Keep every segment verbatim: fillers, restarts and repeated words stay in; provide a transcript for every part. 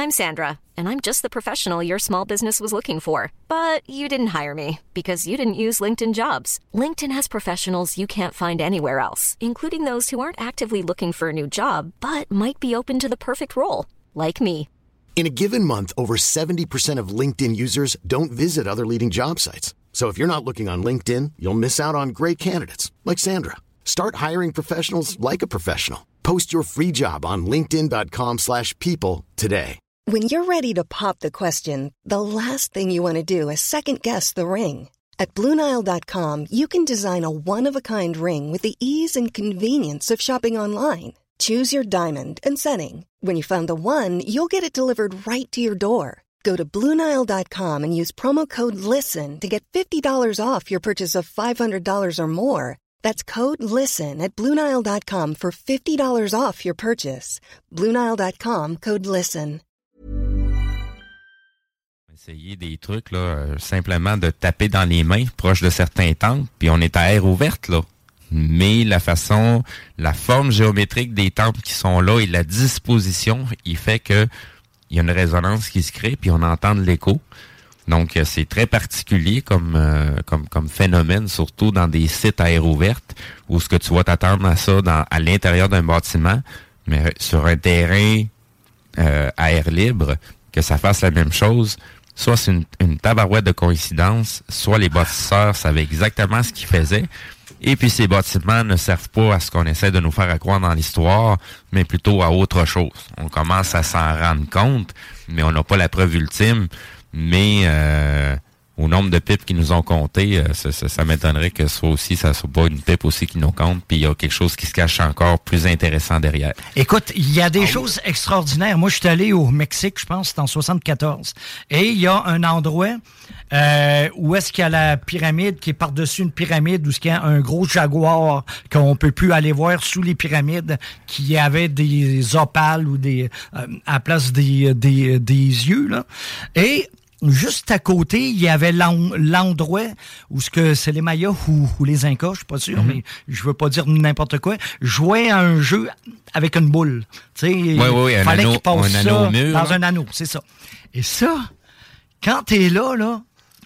I'm Sandra, and I'm just the professional your small business was looking for. But you didn't hire me because you didn't use LinkedIn Jobs. LinkedIn has professionals you can't find anywhere else, including those who aren't actively looking for a new job, but might be open to the perfect role, like me. In a given month, over seventy percent of LinkedIn users don't visit other leading job sites. So if you're not looking on LinkedIn, you'll miss out on great candidates like Sandra. Start hiring professionals like a professional. Post your free job on linkedin.com slash people today. When you're ready to pop the question, the last thing you want to do is second-guess the ring. At Blue Nile dot com, you can design a one-of-a-kind ring with the ease and convenience of shopping online. Choose your diamond and setting. When you find the one, you'll get it delivered right to your door. Go to Blue Nile dot com and use promo code LISTEN to get fifty dollars off your purchase of five hundred dollars or more. That's code LISTEN at Blue Nile dot com for fifty dollars off your purchase. Blue Nile dot com, code LISTEN. Essayer des trucs, là, euh, simplement de taper dans les mains proche de certains temples, puis on est à air ouverte, là. Mais la façon, la forme géométrique des temples qui sont là et la disposition, il fait que il y a une résonance qui se crée, puis on entend de l'écho. Donc, c'est très particulier comme euh, comme comme phénomène, surtout dans des sites à air ouverte, où ce que tu vas t'attendre à ça dans, à l'intérieur d'un bâtiment, mais sur un terrain euh, à air libre, que ça fasse la même chose. Soit c'est une, une tabarouette de coïncidence, soit les bâtisseurs savaient exactement ce qu'ils faisaient. Et puis ces bâtiments ne servent pas à ce qu'on essaie de nous faire croire dans l'histoire, mais plutôt à autre chose. On commence à s'en rendre compte, mais on n'a pas la preuve ultime. Mais euh, au nombre de pipes qui nous ont compté, euh, ça, ça, ça m'étonnerait que ce soit aussi, ça soit pas une pipe aussi qui nous compte, puis il y a quelque chose qui se cache encore plus intéressant derrière. Écoute, il y a des ah, choses oui. extraordinaires. Moi, je suis allé au Mexique, je pense, c'était en soixante-quatorze. Et il y a un endroit euh, où est-ce qu'il y a la pyramide qui est par-dessus une pyramide, où est-ce qu'il y a un gros jaguar qu'on peut plus aller voir sous les pyramides, qui avait des opales ou des euh, à la place des, des, des yeux, là. Et juste à côté, il y avait l'endroit où ce que c'est les Mayas ou, ou les Incas, je suis pas sûr, mm-hmm. mais je veux pas dire n'importe quoi, jouaient à un jeu avec une boule. Tu sais, il oui, oui, fallait qu'ils passent ça anneau mur, dans hein? un anneau, c'est ça. Et ça, quand t'es là, là,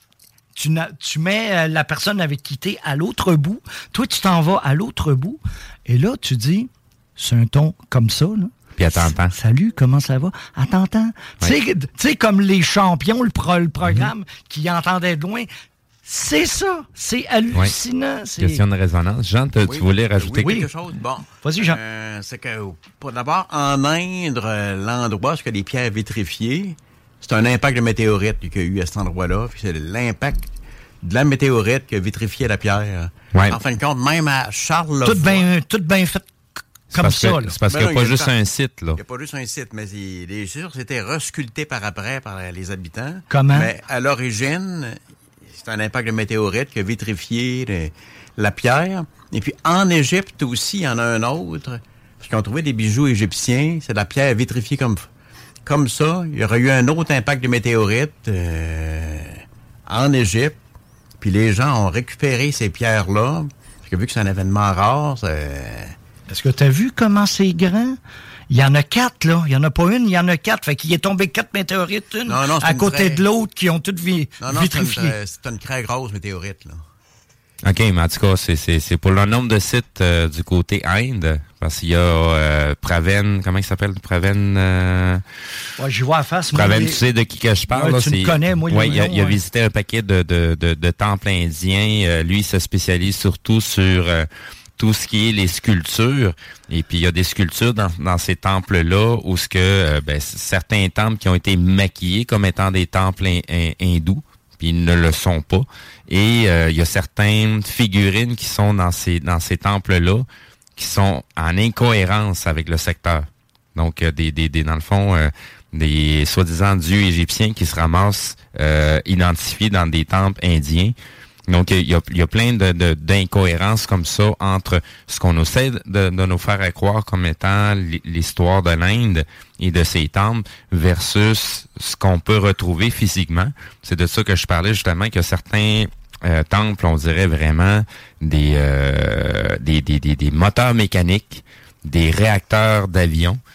tu, tu mets la personne avec qui t'es à l'autre bout, toi tu t'en vas à l'autre bout, et là tu dis, c'est un ton comme ça, là. Puis elle t'entend. Salut, comment ça va? Elle t'entend. Ouais. Tu sais, comme les champions, le, pro, le programme, mm-hmm. qui entendaient de loin. C'est ça. C'est hallucinant. Oui. C'est... Question de résonance. Jean, te, oui, tu voulais rajouter oui, quelque chose? Bon. Vas-y, Jean. Euh, c'est que, pour d'abord, en Inde, l'endroit où il y a des pierres vitrifiées, c'est un impact de météorite qu'il y a eu à cet endroit-là. Puis c'est l'impact de la météorite qui a vitrifié la pierre. Ouais. En fin de compte, même à Charlevoix. Tout bien tout ben fait. C'est comme parce ça, que, là. C'est parce ben qu'il n'y a non, pas juste un site, là. Il n'y a pas juste un site, mais il, les sûr, c'était resculpté par après par les habitants. Comment? Mais à l'origine, c'est un impact de météorite qui a vitrifié le, la pierre. Et puis, en Égypte aussi, il y en a un autre. Parce qu'ils ont trouvé des bijoux égyptiens. C'est de la pierre vitrifiée comme, comme ça. Il y aurait eu un autre impact de météorite euh, en Égypte. Puis les gens ont récupéré ces pierres-là. Parce que vu que c'est un événement rare, c'est... Est-ce que tu as vu comment c'est grand? Il y en a quatre, là. Il n'y en a pas une, il y en a quatre. Fait qu'il est tombé quatre météorites, une non, non, à une côté très... de l'autre, qui ont toutes vi... non, non, vitrifié. C'est une, c'est une très grosse météorite, là. OK, mais en tout cas, c'est, c'est, c'est pour le nombre de sites euh, du côté Inde, parce qu'il y a euh, Praven, comment il s'appelle, Praven... Euh... Ouais, j'y vois à face. Praven, moi, tu sais de qui que je parle. Ouais, là, tu c'est... le connais, moi. Ouais, il a, nom, il a ouais. visité un paquet de, de, de, de temples indiens. Euh, lui, il se spécialise surtout sur... Euh, tout ce qui est les sculptures. Et puis, il y a des sculptures dans, dans ces temples-là où ce que euh, ben, certains temples qui ont été maquillés comme étant des temples in, in, hindous, puis ils ne le sont pas. Et euh, il y a certaines figurines qui sont dans ces dans ces temples-là qui sont en incohérence avec le secteur. Donc, euh, des, des, des dans le fond, euh, des soi-disant dieux égyptiens qui se ramassent euh, identifiés dans des temples indiens. Donc, il y a, il y a plein de, de, d'incohérences comme ça entre ce qu'on essaie de, de nous faire croire comme étant l'histoire de l'Inde et de ses temples versus ce qu'on peut retrouver physiquement. C'est de ça que je parlais justement, que certains euh, temples, on dirait vraiment des, euh, des, des, des, des moteurs mécaniques, des réacteurs d'avion,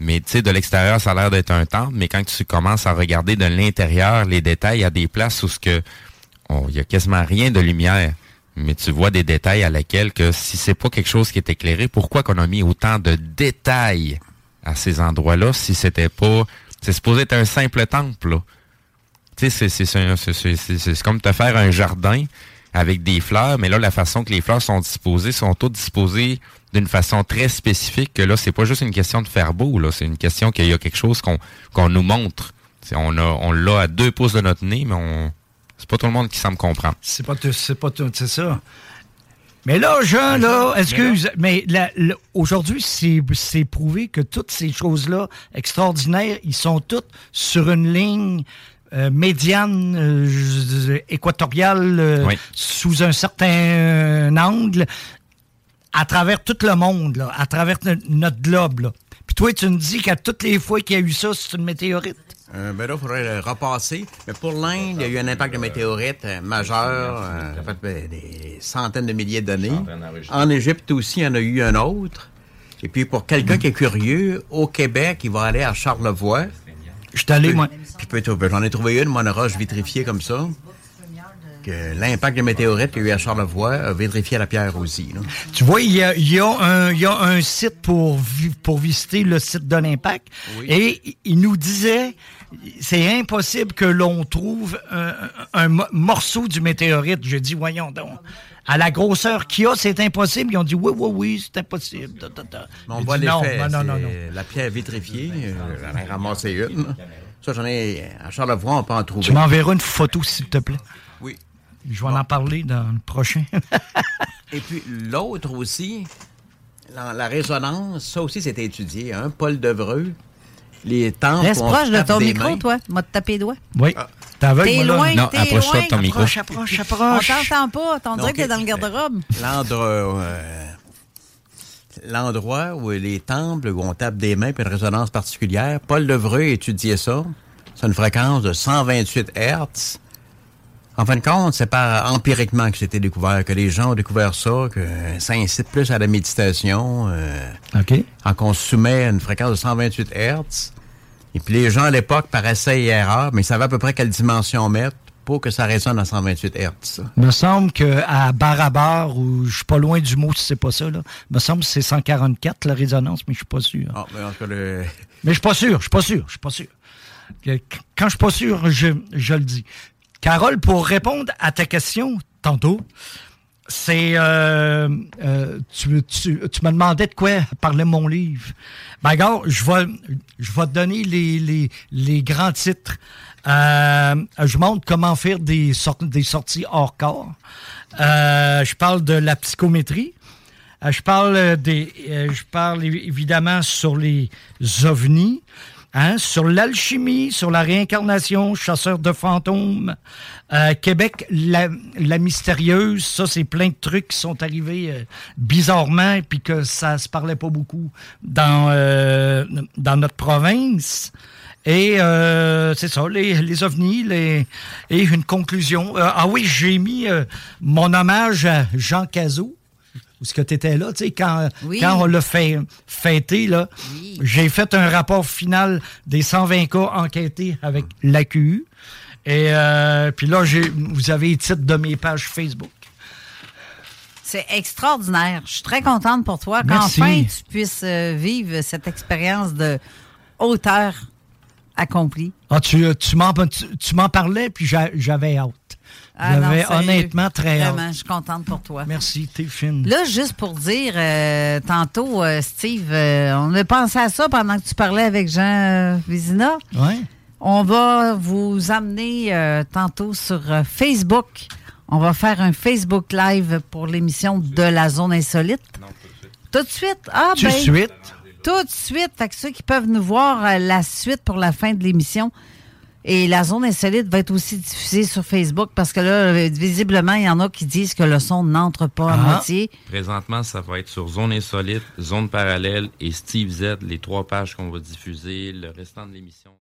Mais tu sais, de l'extérieur, ça a l'air d'être un temple, mais quand tu commences à regarder de l'intérieur les détails, il y a des places où ce que oh, il y a quasiment rien de lumière. Mais tu vois des détails à laquelle que si c'est pas quelque chose qui est éclairé, pourquoi qu'on a mis autant de détails à ces endroits-là si c'était pas... C'est supposé être un simple temple, là. Tu sais, c'est, c'est, c'est, c'est, c'est, c'est comme te faire un jardin avec des fleurs, mais là, la façon que les fleurs sont disposées, sont toutes disposées d'une façon très spécifique, que là, c'est pas juste une question de faire beau, là. C'est une question qu'il y a quelque chose qu'on, qu'on nous montre. C'est, on a, on l'a à deux pouces de notre nez, mais on... C'est pas tout le monde qui semble comprendre. C'est pas, c'est pas tout, c'est ça. Mais là, Jean, là, excuse, mais la, la, aujourd'hui, c'est, c'est prouvé que toutes ces choses-là extraordinaires, ils sont toutes sur une ligne euh, médiane, euh, équatoriale, euh, oui. sous un certain euh, angle, à travers tout le monde, là, à travers notre globe, là. Puis toi, tu me dis qu'à toutes les fois qu'il y a eu ça, c'est une météorite. Euh, ben là, il faudrait le repasser. Mais pour l'Inde, il y a eu un impact de météorite euh, majeur, euh, ça fait ben, des centaines de milliers d'années. En Égypte aussi, il y en a eu un autre. Et puis, pour quelqu'un qui est curieux, au Québec, il va aller à Charlevoix. Je suis allé, moi. Puis, puis, j'en ai trouvé une, moi, une roche vitrifiée comme ça. Que l'impact de météorite qu'il y a eu à Charlevoix a vitrifié la pierre aussi. Là. Tu vois, il y a, il y a, un, il y a un site pour, pour visiter le site de l'impact. Oui. Et il nous disait, c'est impossible que l'on trouve un, un morceau du météorite. J'ai dit, voyons donc. À la grosseur qu'il y a, c'est impossible. Ils ont dit, oui, oui, oui, c'est impossible. Da, da, da. On voit l'effet. Non, non, non, non. La pierre vitrifiée, j'en ai ramassé une. Ça, j'en ai... À Charlevoix, on peut en trouver. Tu m'enverras une photo, s'il te plaît. Oui. Je vais bon. en parler dans le prochain. Et puis, l'autre aussi, la, la résonance, ça aussi, c'était étudié. Hein? Paul Devreux, les temples... Reste proche de ton micro, mains. Toi. M'a te taper les doigts. Oui. Ah. T'es loin, non, t'es approche-toi loin. de ton micro. Approche, approche, approche. On t'entend pas. On dirait que t'es dans le garde-robe. L'endroit, euh, l'endroit où les temples, où on tape des mains, puis une résonance particulière, Paul Devreux étudiait ça. C'est une fréquence de cent vingt-huit hertz. En fin de compte, c'est par empiriquement que c'était découvert, que les gens ont découvert ça, que ça incite plus à la méditation. Euh, OK. En qu'on soumet à une fréquence de cent vingt-huit hertz. Et puis les gens à l'époque, par essai et erreur, mais ils savaient à peu près quelle dimension mettre pour que ça résonne à cent vingt-huit hertz. Il me semble qu'à Barabar, où je suis pas loin du mot si c'est pas ça, là, me semble que c'est cent quarante-quatre la résonance, mais je suis pas sûr. Ah, mais en tout cas, le... Mais je suis pas sûr, je suis pas sûr, je suis pas sûr. Quand je suis pas sûr, je, je le dis. Carole, pour répondre à ta question, tantôt, c'est... Euh, euh, tu, tu, tu me demandais de quoi parlait mon livre. Ben, regarde, je vais, je vais te donner les, les, les grands titres. Euh, je montre comment faire des, sort, des sorties hors corps. Euh, je parle de la psychométrie. Euh, je parle des, euh, je parle évidemment sur les ovnis. Hein, sur l'alchimie, sur la réincarnation, chasseur de fantômes, euh, Québec, la, la mystérieuse, ça, c'est plein de trucs qui sont arrivés euh, bizarrement, puis que ça se parlait pas beaucoup dans, euh, dans notre province. Et euh, c'est ça, les, les ovnis, les, et une conclusion. Euh, ah oui, j'ai mis euh, mon hommage à Jean Cazot. Où est-ce que tu étais là, tu sais, quand, oui. quand on l'a fait fêter, là, oui. J'ai fait un rapport final des cent vingt cas enquêtés avec l'A Q U. Et euh, puis là, j'ai, vous avez les titres de mes pages Facebook. C'est extraordinaire. Je suis très contente pour toi qu'enfin tu puisses euh, vivre cette expérience de auteur accompli. Ah, tu, tu, m'en, tu, tu m'en parlais, puis j'a, j'avais hâte. Ah J'avais non, honnêtement très hâte. Vraiment, je suis contente pour toi. Merci, t'es fine. Là, juste pour dire, euh, tantôt, euh, Steve, euh, on a pensé à ça pendant que tu parlais avec Jean euh, Vézina. Oui. On va vous amener euh, tantôt sur euh, Facebook. On va faire un Facebook Live pour l'émission de la Zone Insolite. Non, tout de suite. Tout de suite? Ah, tout de ben, suite. Tout de suite. Fait que ceux qui peuvent nous voir euh, la suite pour la fin de l'émission. Et la Zone Insolite va être aussi diffusée sur Facebook parce que là, visiblement, il y en a qui disent que le son n'entre pas à ah. moitié. Présentement, ça va être sur Zone Insolite, Zone Parallèle et Steve Z, les trois pages qu'on va diffuser le restant de l'émission.